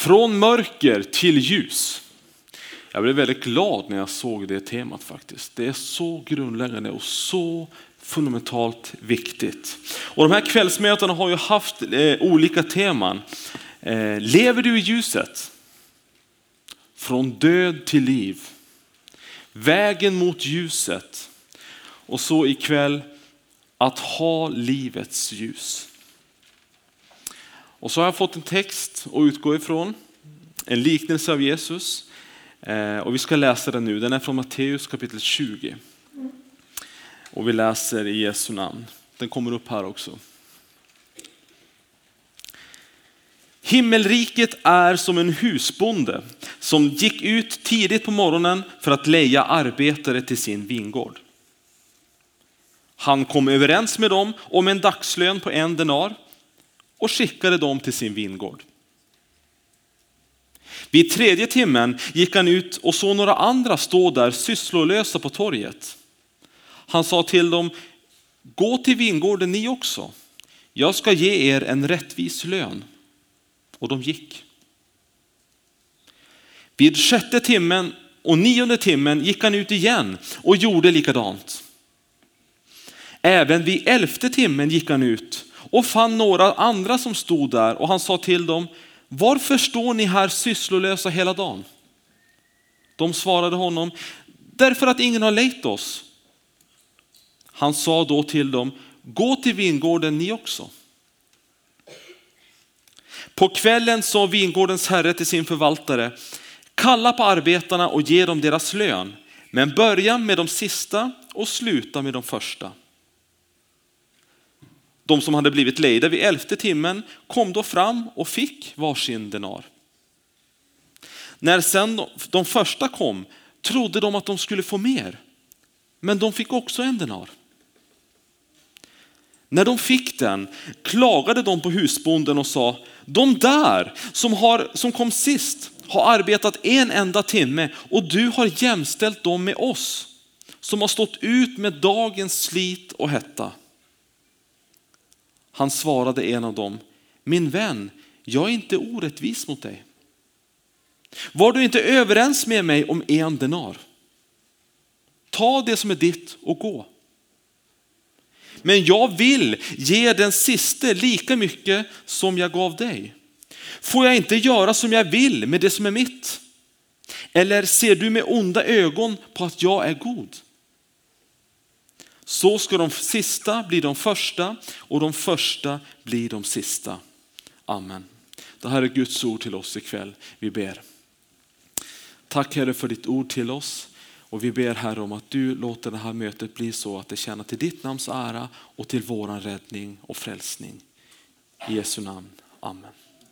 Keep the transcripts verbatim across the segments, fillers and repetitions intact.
Från mörker till ljus. Jag blev väldigt glad när jag såg det temat faktiskt. Det är så grundläggande och så fundamentalt viktigt. Och de här kvällsmötena har ju haft eh, olika teman. Eh, lever du i ljuset? Från död till liv. Vägen mot ljuset. Och så ikväll att ha livets ljus. Och så har jag fått en text att utgå ifrån. En liknelse av Jesus. Eh, och vi ska läsa den nu. Den är från Matteus kapitel tjugo. Och vi läser i Jesu namn. Den kommer upp här också. Himmelriket är som en husbonde som gick ut tidigt på morgonen för att leja arbetare till sin vingård. Han kom överens med dem om en dagslön på en denar och skickade dem till sin vingård. Vid tredje timmen gick han ut och såg några andra stå där sysslolösa på torget. Han sa till dem, gå till vingården ni också. Jag ska ge er en rättvis lön. Och de gick. Vid sjätte timmen och nionde timmen gick han ut igen och gjorde likadant. Även vid elfte timmen gick han ut och fann några andra som stod där och han sa till dem, varför står ni här sysslolösa hela dagen? De svarade honom, därför att ingen har lejt oss. Han sa då till dem, gå till vingården ni också. På kvällen sa vingårdens herre till sin förvaltare, kalla på arbetarna och ge dem deras lön, men börja med de sista och sluta med de första. De som hade blivit lejda vid elfte timmen kom då fram och fick varsin denar. När sen de första kom trodde de att de skulle få mer, men de fick också en denar. När de fick den klagade de på husbonden och sa, de där som, har, som kom sist har arbetat en enda timme och du har jämställt dem med oss som har stått ut med dagens slit och hetta. Han svarade en av dem, min vän, jag är inte orättvis mot dig. Var du inte överens med mig om en denar? Ta det som är ditt och gå. Men jag vill ge den siste lika mycket som jag gav dig. Får jag inte göra som jag vill med det som är mitt? Eller ser du med onda ögon på att jag är god? Så ska de sista bli de första och de första blir de sista. Amen. Det här är Guds ord till oss ikväll. Vi ber. Tack Herre för ditt ord till oss. Och vi ber Herre om att du låter det här mötet bli så att det tjänar till ditt namns ära och till våran räddning och frälsning. I Jesu namn. Amen.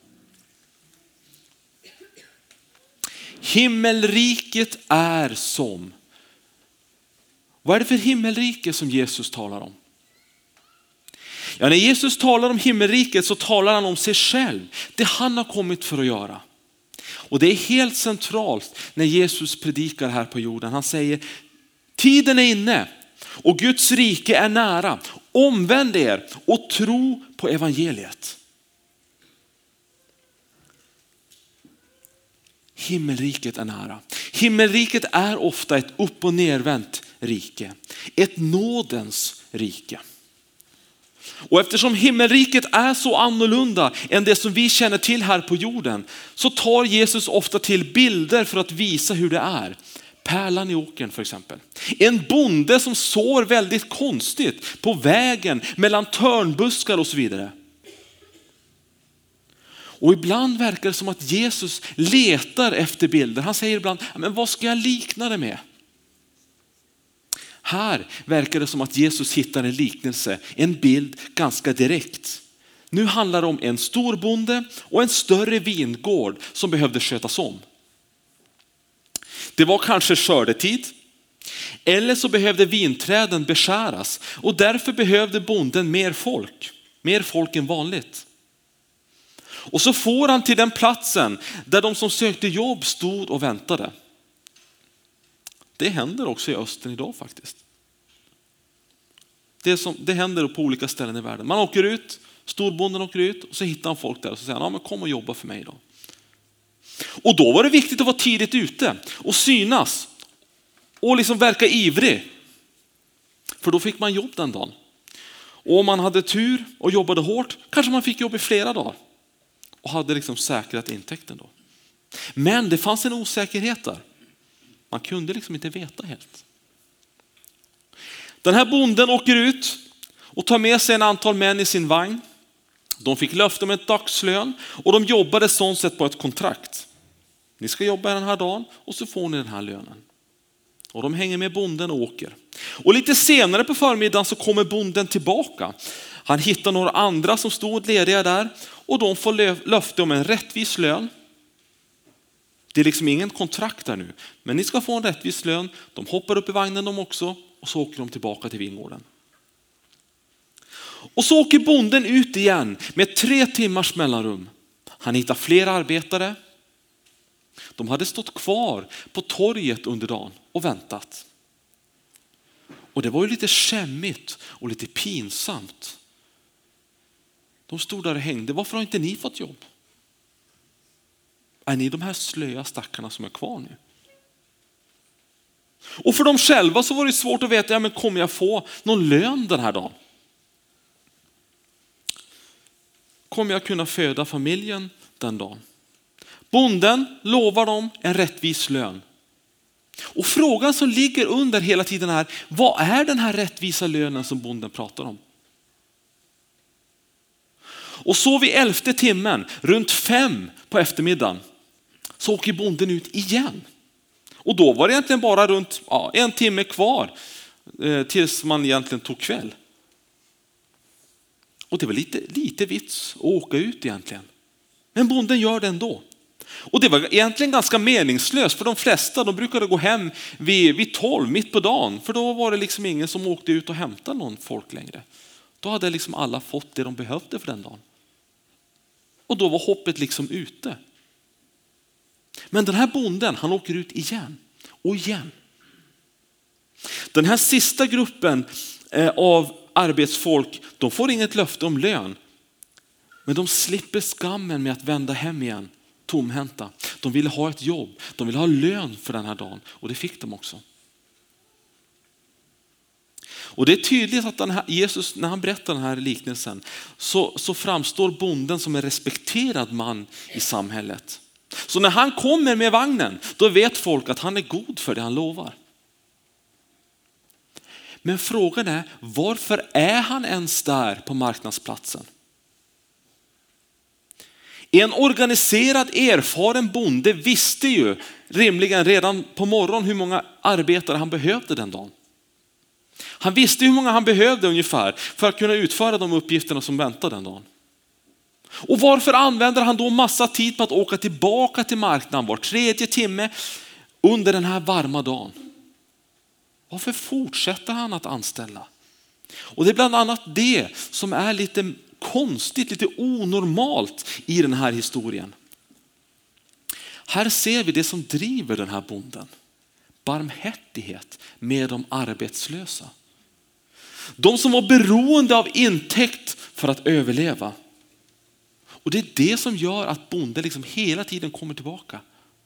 Himmelriket är som. Vad är det för himmelrike som Jesus talar om? Ja, när Jesus talar om himmelriket så talar han om sig själv. Det han har kommit för att göra. Och det är helt centralt när Jesus predikar här på jorden. Han säger, tiden är inne och Guds rike är nära. Omvänd er och tro på evangeliet. Himmelriket är nära. Himmelriket är ofta ett upp- och nervänt rike. Ett nådens rike. Och eftersom himmelriket är så annorlunda än det som vi känner till här på jorden, så tar Jesus ofta till bilder för att visa hur det är. Pärlan i åkern för exempel. En bonde som sår väldigt konstigt på vägen mellan törnbuskar och så vidare. Och ibland verkar det som att Jesus letar efter bilder. Han säger ibland, men vad ska jag likna det med? Här verkar det som att Jesus hittar en liknelse, en bild ganska direkt. Nu handlar det om en storbonde och en större vingård som behövde skötas om. Det var kanske skördetid, eller så behövde vinträden beskäras och därför behövde bonden mer folk, mer folk än vanligt. Och så får han till den platsen där de som sökte jobb stod och väntade. Det händer också i östern idag faktiskt. Det, som, det händer på olika ställen i världen. Man åker ut, storbonden åker ut och så hittar han folk där och så säger han, ja, men kom och jobba för mig då. Och då var det viktigt att vara tidigt ute och synas och liksom verka ivrig. För då fick man jobb den dagen. Och om man hade tur och jobbade hårt, kanske man fick jobb i flera dagar. Och hade liksom säkrat intäkten då. Men det fanns en osäkerhet där. Man kunde liksom inte veta helt. Den här bonden åker ut och tar med sig en antal män i sin vagn. De fick löfte om ett dagslön och de jobbade sånt sett på ett kontrakt. Ni ska jobba den här dagen och så får ni den här lönen. Och de hänger med bonden och åker. Och lite senare på förmiddagen så kommer bonden tillbaka. Han hittar några andra som stod lediga där och de får löfte om en rättvis lön. Det är liksom ingen kontrakt där nu, men ni ska få en rättvis lön. De hoppar upp i vagnen de också och så åker de tillbaka till vingården. Och så åker bonden ut igen med tre timmars mellanrum. Han hittar fler arbetare. De hade stått kvar på torget under dagen och väntat. Och det var ju lite skämmigt och lite pinsamt. De stod där och hängde. Varför har inte ni fått jobb? Är ni de här slöa stackarna som är kvar nu? Och för dem själva så var det svårt att veta, ja, men kommer jag få någon lön den här dagen? Kommer jag kunna föda familjen den dagen? Bonden lovar dem en rättvis lön. Och frågan som ligger under hela tiden är, vad är den här rättvisa lönen som bonden pratar om? Och så vid elfte timmen, runt fem på eftermiddagen, så åker bonden ut igen. Och då var det egentligen bara runt ja, en timme kvar eh, tills man egentligen tog kväll. Och det var lite, lite vits att åka ut egentligen. Men bonden gör det ändå. Och det var egentligen ganska meningslöst för de flesta. De brukade gå hem vid, vid tolv, mitt på dagen. För då var det liksom ingen som åkte ut och hämtade någon folk längre. Då hade liksom alla fått det de behövde för den dagen. Och då var hoppet liksom ute. Men den här bonden, han åker ut igen och igen. Den här sista gruppen av arbetsfolk, de får inget löfte om lön. Men de slipper skammen med att vända hem igen, tomhänta. De ville ha ett jobb, de ville ha lön för den här dagen och det fick de också. Och det är tydligt att den här, Jesus, när han berättar den här liknelsen, så, så framstår bonden som en respekterad man i samhället. Så när han kommer med vagnen, då vet folk att han är god för det han lovar. Men frågan är, varför är han ens där på marknadsplatsen? En organiserad, erfaren bonde visste ju rimligen redan på morgonen hur många arbetare han behövde den dagen. Han visste hur många han behövde ungefär för att kunna utföra de uppgifterna som väntade den dagen. Och varför använder han då massa tid på att åka tillbaka till marknaden var tredje timme under den här varma dagen? Varför fortsätter han att anställa? Och det är bland annat det som är lite konstigt, lite onormalt i den här historien. Här ser vi det som driver den här bonden. Barmhärtighet med de arbetslösa. De som var beroende av intäkt för att överleva. Och det är det som gör att bonden liksom hela tiden kommer tillbaka.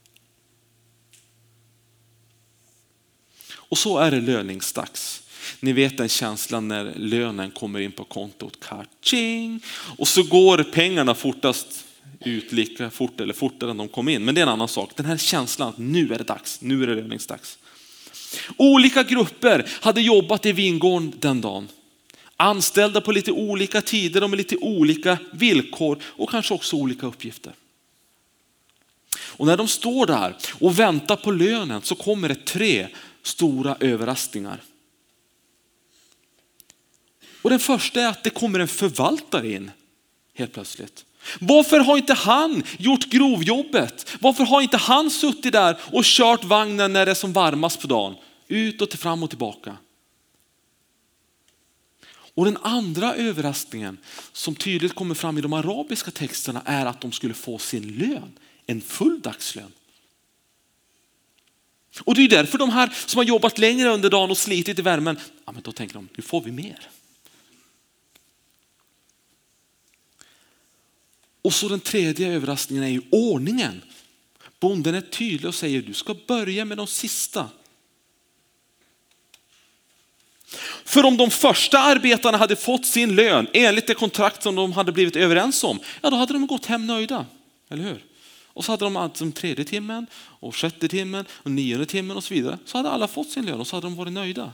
Och så är det löningsdags. Ni vet den känslan när lönen kommer in på kontot. Kaching! Och så går pengarna fortast ut lika fort eller fortare än de kom in. Men det är en annan sak. Den här känslan att nu är det dags. Nu är det löningsdags. Olika grupper hade jobbat i vingården den dagen. Anställda på lite olika tider och med lite olika villkor och kanske också olika uppgifter. Och när de står där och väntar på lönen så kommer det tre stora överraskningar. Och den första är att det kommer en förvaltare in helt plötsligt. Varför har inte han gjort grovjobbet? Varför har inte han suttit där och kört vagnen när det är som varmast på dagen? Ut och fram och tillbaka. Och den andra överraskningen som tydligt kommer fram i de arabiska texterna är att de skulle få sin lön, en full dagslön. Och det är därför de här som har jobbat längre under dagen och slitit i värmen, ja, men då tänker de, nu får vi mer. Och så den tredje överraskningen är ju ordningen. Bonden är tydlig och säger du ska börja med de sista. För om de första arbetarna hade fått sin lön enligt det kontrakt som de hade blivit överens om, ja då hade de gått hem nöjda, eller hur? Och så hade de alltså den tredje timmen och sjätte timmen och nionde timmen och så vidare. Så hade alla fått sin lön och så hade de varit nöjda.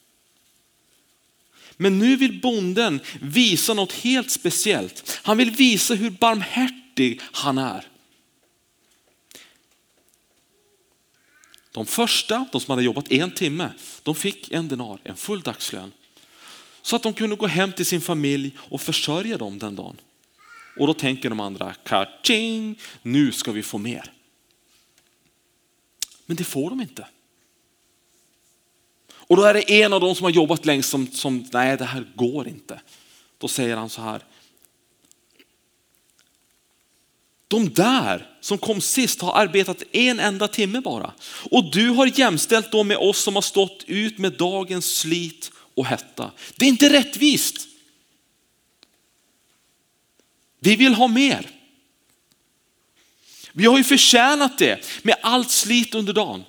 Men nu vill bonden visa något helt speciellt. Han vill visa hur barmhärtig han är. De första, de som hade jobbat en timme, de fick en denar, en full dagslön. Så att de kunde gå hem till sin familj och försörja dem den dagen. Och då tänker de andra, kaching, nu ska vi få mer. Men det får de inte. Och då är det en av dem som har jobbat längst som, som nej det här går inte. Då säger han så här. De där som kom sist har arbetat en enda timme bara. Och du har jämställt dem med oss som har stått ut med dagens slit och hetta. Det är inte rättvist. Vi vill ha mer. Vi har ju förtjänat det med allt slit under dagen.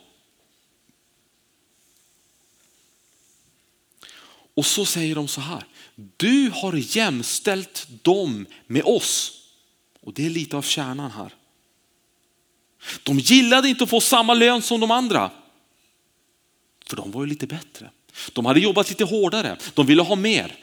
Och så säger de så här. Du har jämställt dem med oss. Och det är lite av kärnan här. De gillade inte att få samma lön som de andra. För de var ju lite bättre. De hade jobbat lite hårdare. De ville ha mer.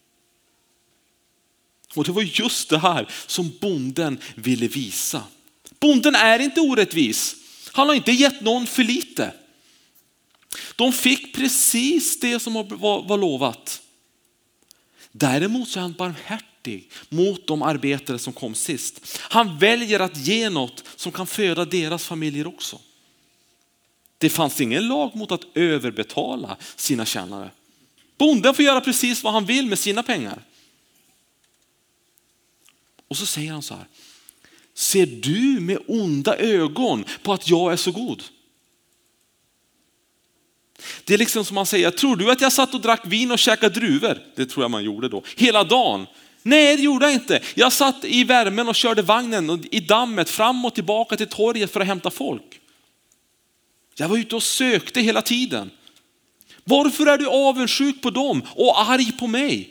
Och det var just det här som bonden ville visa. Bonden är inte orättvis. Han har inte gett någon för lite. De fick precis det som var lovat. Däremot så är han barmhärtig mot de arbetare som kom sist. Han väljer att ge något som kan föda deras familjer också. Det fanns ingen lag mot att överbetala sina tjänare. Bonden får göra precis vad han vill med sina pengar. Och så säger han så här. Ser du med onda ögon på att jag är så god? Det är liksom som man säger, tror du att jag satt och drack vin och käkade druvor? Det tror jag man gjorde då. Hela dagen. Nej, det gjorde jag inte. Jag satt i värmen och körde vagnen i dammet fram och tillbaka till torget för att hämta folk. Jag var ute och sökte hela tiden. Varför är du avundsjuk på dem och arg på mig?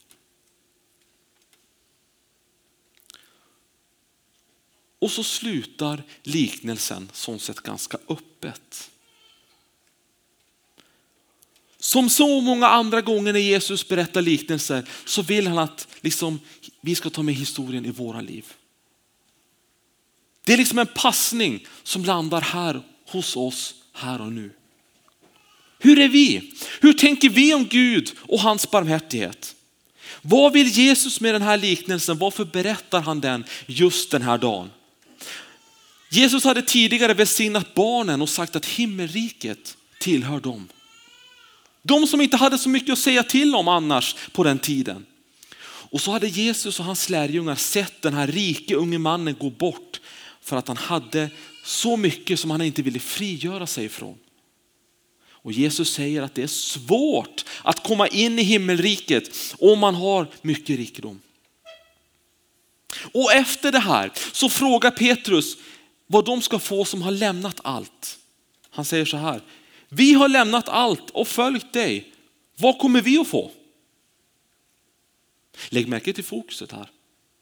Och så slutar liknelsen som sett ganska öppet. Som så många andra gånger när Jesus berättar liknelser så vill han att liksom, vi ska ta med historien i våra liv. Det är liksom en passning som landar här hos oss här och nu. Hur är vi? Hur tänker vi om Gud och hans barmhärtighet? Vad vill Jesus med den här liknelsen? Varför berättar han den just den här dagen? Jesus hade tidigare välsignat barnen och sagt att himmelriket tillhör dem. De som inte hade så mycket att säga till om annars på den tiden. Och så hade Jesus och hans lärjungar sett den här rike unge mannen gå bort för att han hade så mycket som han inte ville frigöra sig ifrån. Och Jesus säger att det är svårt att komma in i himmelriket om man har mycket rikedom. Och efter det här så frågar Petrus vad de ska få som har lämnat allt. Han säger så här. Vi har lämnat allt och följt dig. Vad kommer vi att få? Lägg märke till fokuset här.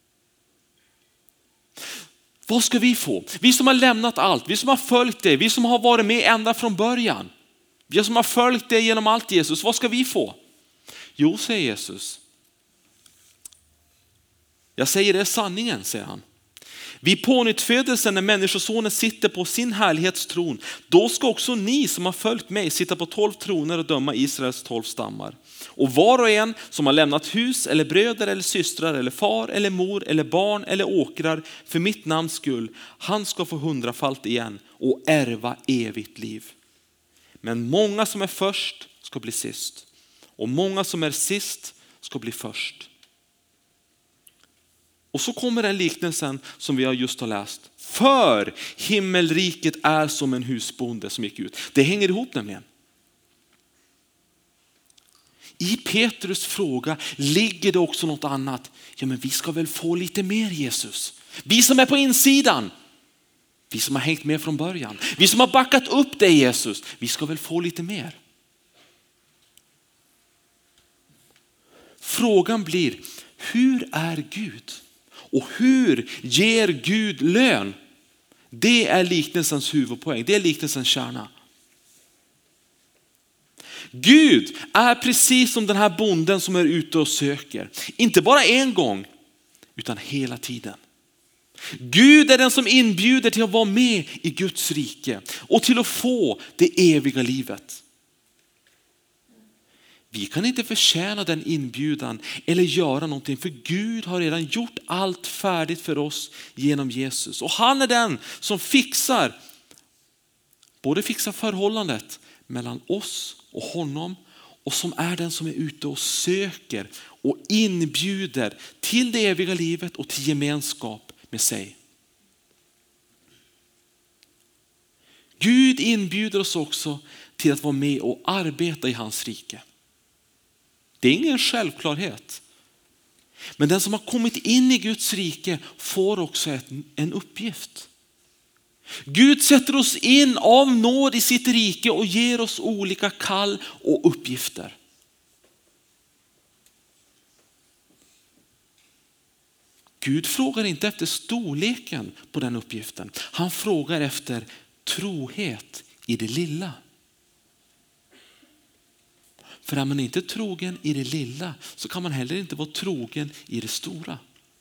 Vad ska vi få? Vi som har lämnat allt. Vi som har följt dig. Vi som har varit med ända från början. Vi som har följt dig genom allt Jesus. Vad ska vi få? Jo, säger Jesus. Jag säger det är sanningen, säger han. Vid pånyttfödelsen när människosonen sitter på sin härlighetstron, då ska också ni som har följt mig sitta på tolv troner och döma Israels tolv stammar. Och var och en som har lämnat hus eller bröder eller systrar eller far eller mor eller barn eller åkrar för mitt namns skull, han ska få hundrafalt igen och ärva evigt liv. Men många som är först ska bli sist och många som är sist ska bli först. Och så kommer den liknelsen som vi har just har läst. För himmelriket är som en husbonde som gick ut. Det hänger ihop nämligen. I Petrus fråga ligger det också något annat. Ja, men vi ska väl få lite mer Jesus. Vi som är på insidan. Vi som har hängt med från början. Vi som har backat upp dig Jesus. Vi ska väl få lite mer. Frågan blir, hur är Gud? Och hur ger Gud lön? Det är liknelsens huvudpoäng. Det är liknelsens kärna. Gud är precis som den här bonden som är ute och söker. Inte bara en gång, utan hela tiden. Gud är den som inbjuder till att vara med i Guds rike och till att få det eviga livet. Vi kan inte förtjäna den inbjudan eller göra någonting, för Gud har redan gjort allt färdigt för oss genom Jesus. Och han är den som fixar, både fixar förhållandet mellan oss och honom, och som är den som är ute och söker och inbjuder till det eviga livet och till gemenskap med sig. Gud inbjuder oss också till att vara med och arbeta i hans rike. Det är ingen självklarhet. Men den som har kommit in i Guds rike får också ett, en uppgift. Gud sätter oss in av nåd i sitt rike och ger oss olika kall och uppgifter. Gud frågar inte efter storleken på den uppgiften. Han frågar efter trohet i det lilla. För är man inte trogen i det lilla så kan man heller inte vara trogen i det stora.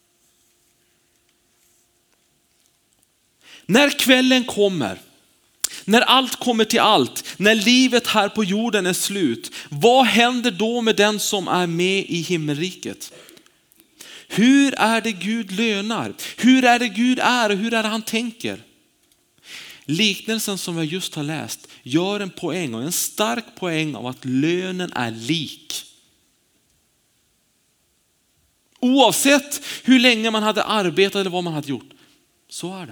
När kvällen kommer, när allt kommer till allt, när livet här på jorden är slut, vad händer då med den som är med i himmelriket? Hur är det Gud lönar? Hur är det Gud är och hur är det han tänker? Liknelsen som jag just har läst gör en poäng, och en stark poäng, av att lönen är lik. Oavsett hur länge man hade arbetat eller vad man hade gjort, så är det.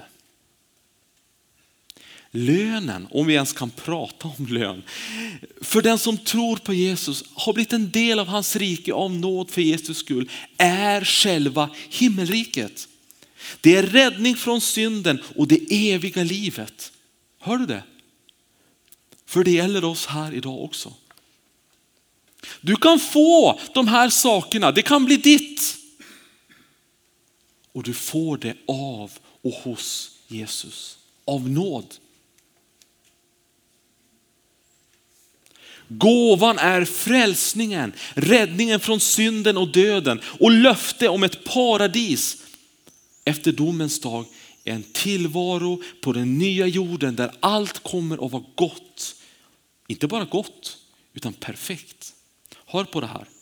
Lönen, om vi ens kan prata om lön, för den som tror på Jesus, har blivit en del av hans rike av nåd för Jesus skull, är själva himmelriket. Det är räddning från synden och det eviga livet. Hör du det? För det gäller oss här idag också. Du kan få de här sakerna, det kan bli ditt. Och du får det av och hos Jesus, av nåd. Gåvan är frälsningen, räddningen från synden och döden och löfte om ett paradis efter domens dag, en tillvaro på den nya jorden där allt kommer att vara gott. Inte bara gott, utan perfekt. Hör på det här.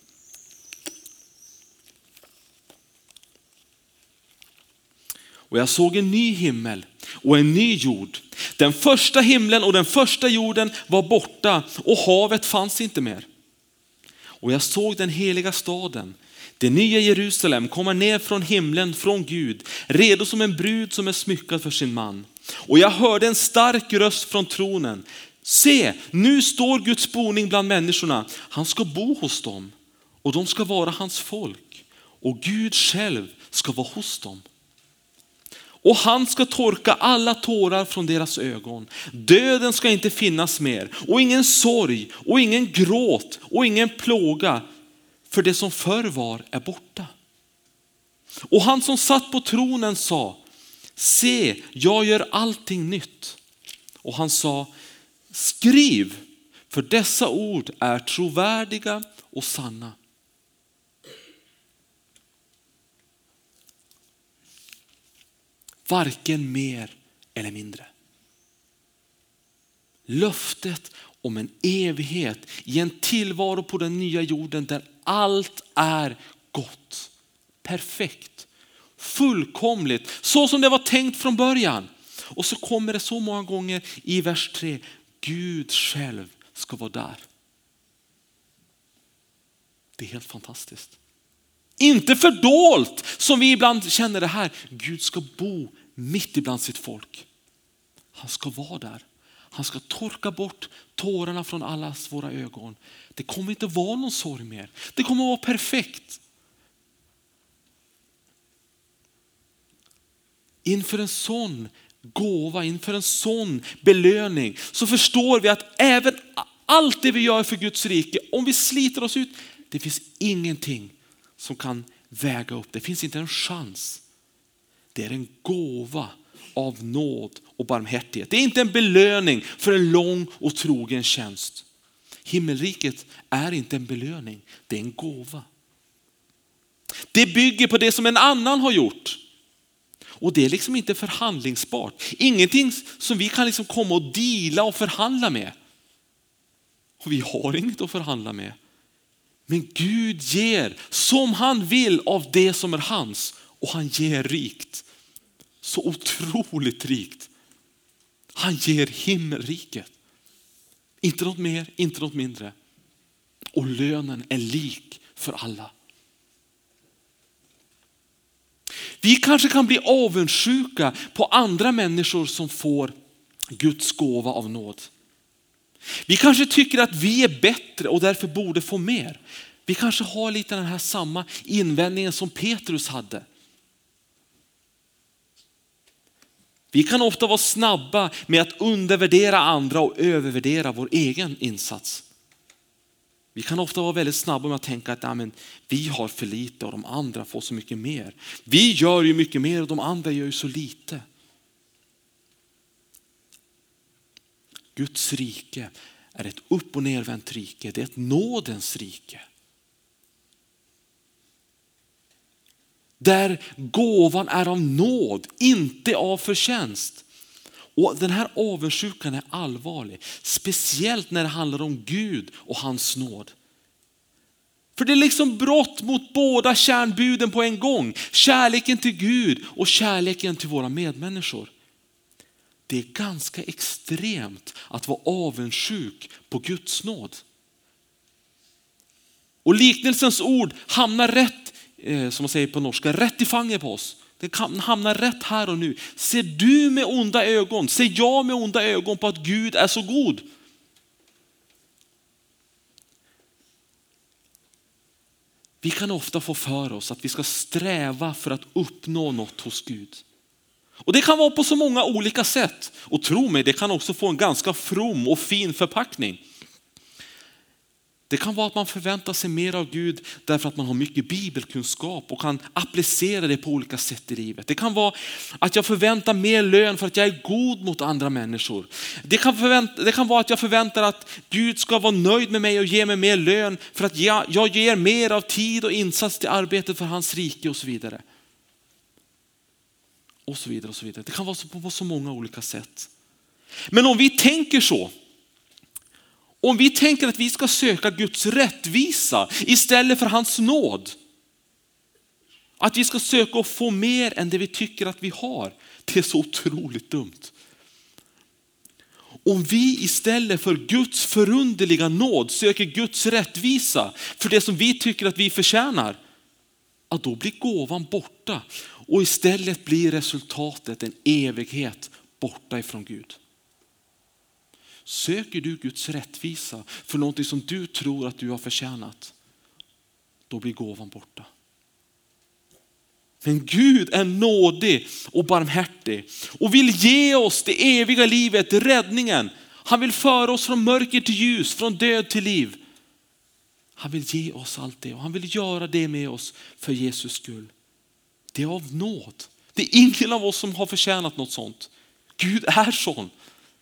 Och jag såg en ny himmel och en ny jord. Den första himlen och den första jorden var borta och havet fanns inte mer. Och jag såg den heliga staden, det nya Jerusalem, komma ner från himlen från Gud, redo som en brud som är smyckad för sin man. Och jag hörde en stark röst från tronen. Se, nu står Guds boning bland människorna. Han ska bo hos dem och de ska vara hans folk. Och Gud själv ska vara hos dem. Och han ska torka alla tårar från deras ögon. Döden ska inte finnas mer. Och ingen sorg och ingen gråt och ingen plåga. För det som förr var är borta. Och han som satt på tronen sa: se, jag gör allting nytt. Och han sa: skriv, för dessa ord är trovärdiga och sanna. Varken mer eller mindre. Löftet om en evighet i en tillvaro på den nya jorden där allt är gott, perfekt, fullkomligt, så som det var tänkt från början. Och så kommer det så många gånger i vers tre: Gud själv ska vara där. Det är helt fantastiskt. Inte fördolt som vi ibland känner det här. Gud ska bo mitt ibland sitt folk. Han ska vara där. Han ska torka bort tårarna från allas våra ögon. Det kommer inte vara någon sorg mer. Det kommer vara perfekt. Inför en sån gåva, inför en sån belöning, så förstår vi att även allt det vi gör för Guds rike, om vi sliter oss ut, det finns ingenting som kan väga upp. Det finns inte en chans. Det är en gåva av nåd och barmhärtighet. Det är inte en belöning för en lång och trogen tjänst. Himmelriket är inte en belöning, det är en gåva. Det bygger på det som en annan har gjort. Och det är liksom inte förhandlingsbart. Ingenting som vi kan liksom komma och deala och förhandla med. Och vi har inget att förhandla med. Men Gud ger som han vill av det som är hans. Och han ger rikt. Så otroligt rikt. Han ger himmelriket. Inte något mer, inte något mindre. Och lönen är lik för alla. Vi kanske kan bli avundsjuka på andra människor som får Guds gåva av nåd. Vi kanske tycker att vi är bättre och därför borde få mer. Vi kanske har lite den här samma invändningen som Petrus hade. Vi kan ofta vara snabba med att undervärdera andra och övervärdera vår egen insats. Vi kan ofta vara väldigt snabba med att tänka att ja, men, vi har för lite och de andra får så mycket mer. Vi gör ju mycket mer och de andra gör ju så lite. Guds rike är ett upp- och nervänt rike. Det är ett nådens rike. Där gåvan är av nåd, inte av förtjänst. Och den här avundsjukan är allvarlig. Speciellt när det handlar om Gud och hans nåd. För det är liksom brott mot båda kärnbuden på en gång. Kärleken till Gud och kärleken till våra medmänniskor. Det är ganska extremt att vara avundsjuk på Guds nåd. Och liknelsens ord hamnar rätt, eh, som man säger på norska, rätt i fanget på oss. Det hamnar rätt här och nu. Ser du med onda ögon, ser jag med onda ögon på att Gud är så god? Vi kan ofta få för oss att vi ska sträva för att uppnå något hos Gud. Och det kan vara på så många olika sätt. Och tro mig, det kan också få en ganska from och fin förpackning. Det kan vara att man förväntar sig mer av Gud därför att man har mycket bibelkunskap och kan applicera det på olika sätt i livet. Det kan vara att jag förväntar mer lön för att jag är god mot andra människor. Det kan, förvänta, det kan vara att jag förväntar att Gud ska vara nöjd med mig och ge mig mer lön för att jag, jag ger mer av tid och insats till arbetet för hans rike och så vidare. Och så vidare och så vidare. Det kan vara så på så många olika sätt. Men om vi tänker så, om vi tänker att vi ska söka Guds rättvisa istället för hans nåd, att vi ska söka och få mer än det vi tycker att vi har, det är så otroligt dumt. Om vi istället för Guds förunderliga nåd söker Guds rättvisa för det som vi tycker att vi förtjänar, ja, då blir gåvan borta och istället blir resultatet en evighet borta ifrån Gud. Söker du Guds rättvisa för något som du tror att du har förtjänat, då blir gåvan borta. Men Gud är nådig och barmhärtig och vill ge oss det eviga livet, räddningen. Han vill föra oss från mörker till ljus, från död till liv. Han vill ge oss allt det och han vill göra det med oss för Jesus skull. Det är av nåd. Det är ingen av oss som har förtjänat något sånt. Gud är sån.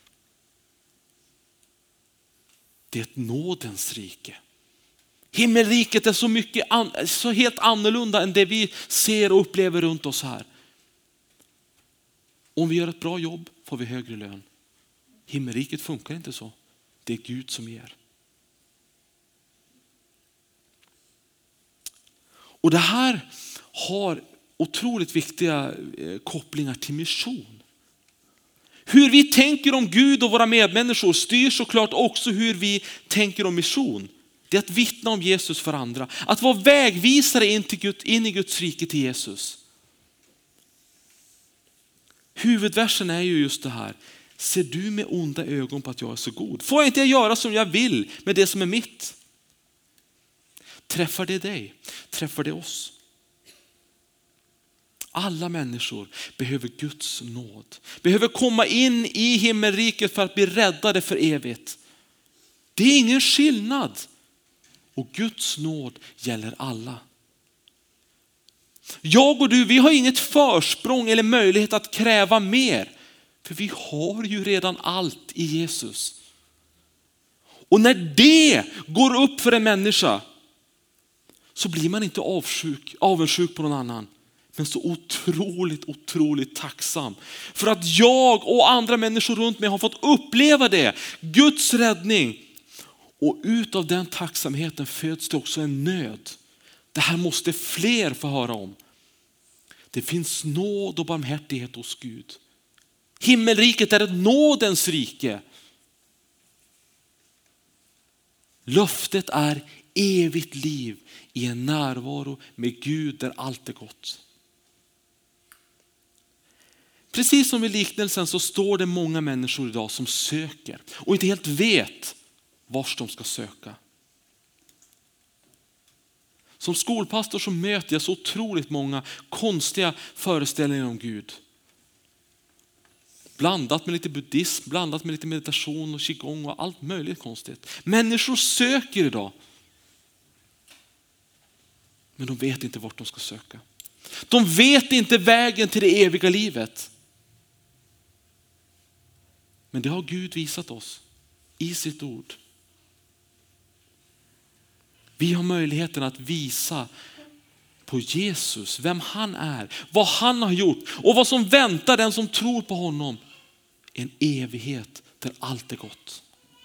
Det är ett nådens rike. Himmelriket är så mycket, så helt annorlunda än det vi ser och upplever runt oss här. Om vi gör ett bra jobb får vi högre lön. Himmelriket funkar inte så. Det är Gud som ger. Och det här har otroligt viktiga kopplingar till mission. Hur vi tänker om Gud och våra medmänniskor styr såklart också hur vi tänker om mission. Det är att vittna om Jesus för andra. Att vara vägvisare in, till Gud, in i Guds rike till Jesus. Huvudversen är ju just det här. Ser du med onda ögon på att jag är så god? Får jag inte göra som jag vill med det som är mitt? Träffar det dig? Träffar det oss? Alla människor behöver Guds nåd. Behöver komma in i himmelriket för att bli räddade för evigt. Det är ingen skillnad. Och Guds nåd gäller alla. Jag och du, vi har inget försprång eller möjlighet att kräva mer. För vi har ju redan allt i Jesus. Och när det går upp för en människa så blir man inte avsjuk, avundsjuk på någon annan. Men så otroligt, otroligt tacksam. För att jag och andra människor runt mig har fått uppleva det. Guds räddning. Och utav den tacksamheten föds det också en nöd. Det här måste fler få höra om. Det finns nåd och barmhärtighet hos Gud. Himmelriket är ett nådens rike. Löftet är evigt liv i en närvaro med Gud där allt är gott. Precis som i liknelsen så står det många människor idag som söker och inte helt vet vars de ska söka. Som skolpastor så möter jag så otroligt många konstiga föreställningar om Gud. Blandat med lite buddhism, blandat med lite meditation och qigong och allt möjligt konstigt. Människor söker idag. Men de vet inte vart de ska söka. De vet inte vägen till det eviga livet. Men det har Gud visat oss i sitt ord. Vi har möjligheten att visa på Jesus, vem han är, vad han har gjort och vad som väntar den som tror på honom. En evighet där allt är gott.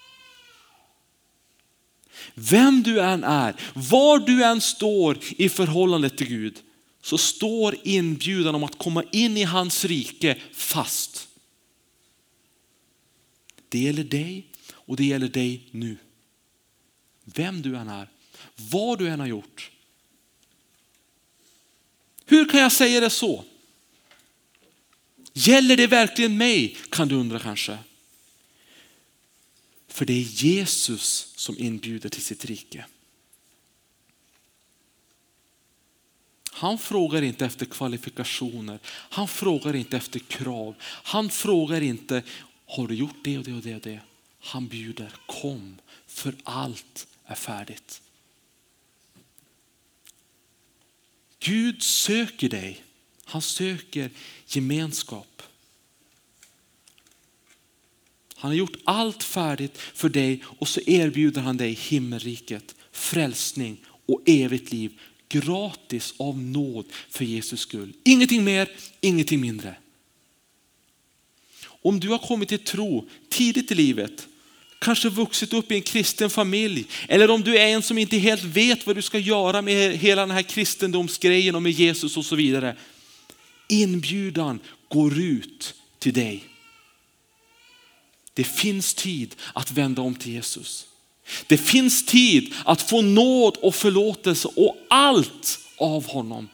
Vem du än är, var du än står i förhållande till Gud, så står inbjudan om att komma in i hans rike fast. Det gäller dig och det gäller dig nu. Vem du än är, vad du än har gjort. Hur kan jag säga det så? Gäller det verkligen mig, kan du undra kanske. För det är Jesus som inbjuder till sitt rike. Han frågar inte efter kvalifikationer. Han frågar inte efter krav. Han frågar inte, har du gjort det och det och det och det? Han bjuder, kom, för allt är färdigt. Gud söker dig. Han söker gemenskap. Han har gjort allt färdigt för dig och så erbjuder han dig himmelriket, frälsning och evigt liv. Gratis av nåd för Jesus skull. Ingenting mer, ingenting mindre. Om du har kommit till tro tidigt i livet, kanske vuxit upp i en kristen familj, eller om du är en som inte helt vet vad du ska göra med hela den här kristendomsgrejen och med Jesus och så vidare. Inbjudan går ut till dig. Det finns tid att vända om till Jesus. Det finns tid att få nåd och förlåtelse och allt av honom.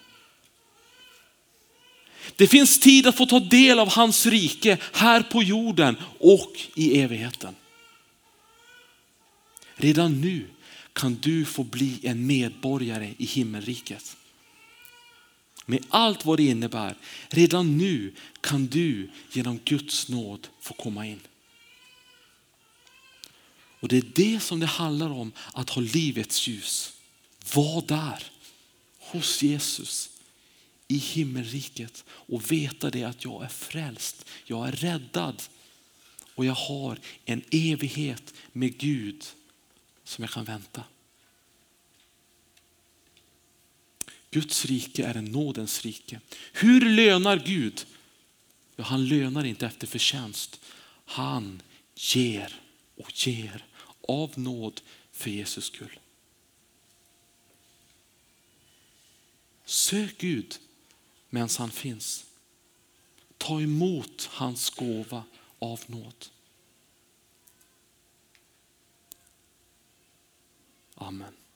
Det finns tid att få ta del av hans rike här på jorden och i evigheten. Redan nu kan du få bli en medborgare i himmelriket. Med allt vad det innebär. Redan nu kan du genom Guds nåd få komma in. Och det är det som det handlar om, att ha livets ljus. Var där hos Jesus i himmelriket och veta det att jag är frälst, jag är räddad och jag har en evighet med Gud som jag kan vänta. Guds rike är en nådens rike. Hur lönar Gud? Ja, han lönar inte efter förtjänst. Han ger och ger av nåd för Jesus skull. Sök Gud medan han finns. Ta emot hans gåva av nåd. Amen.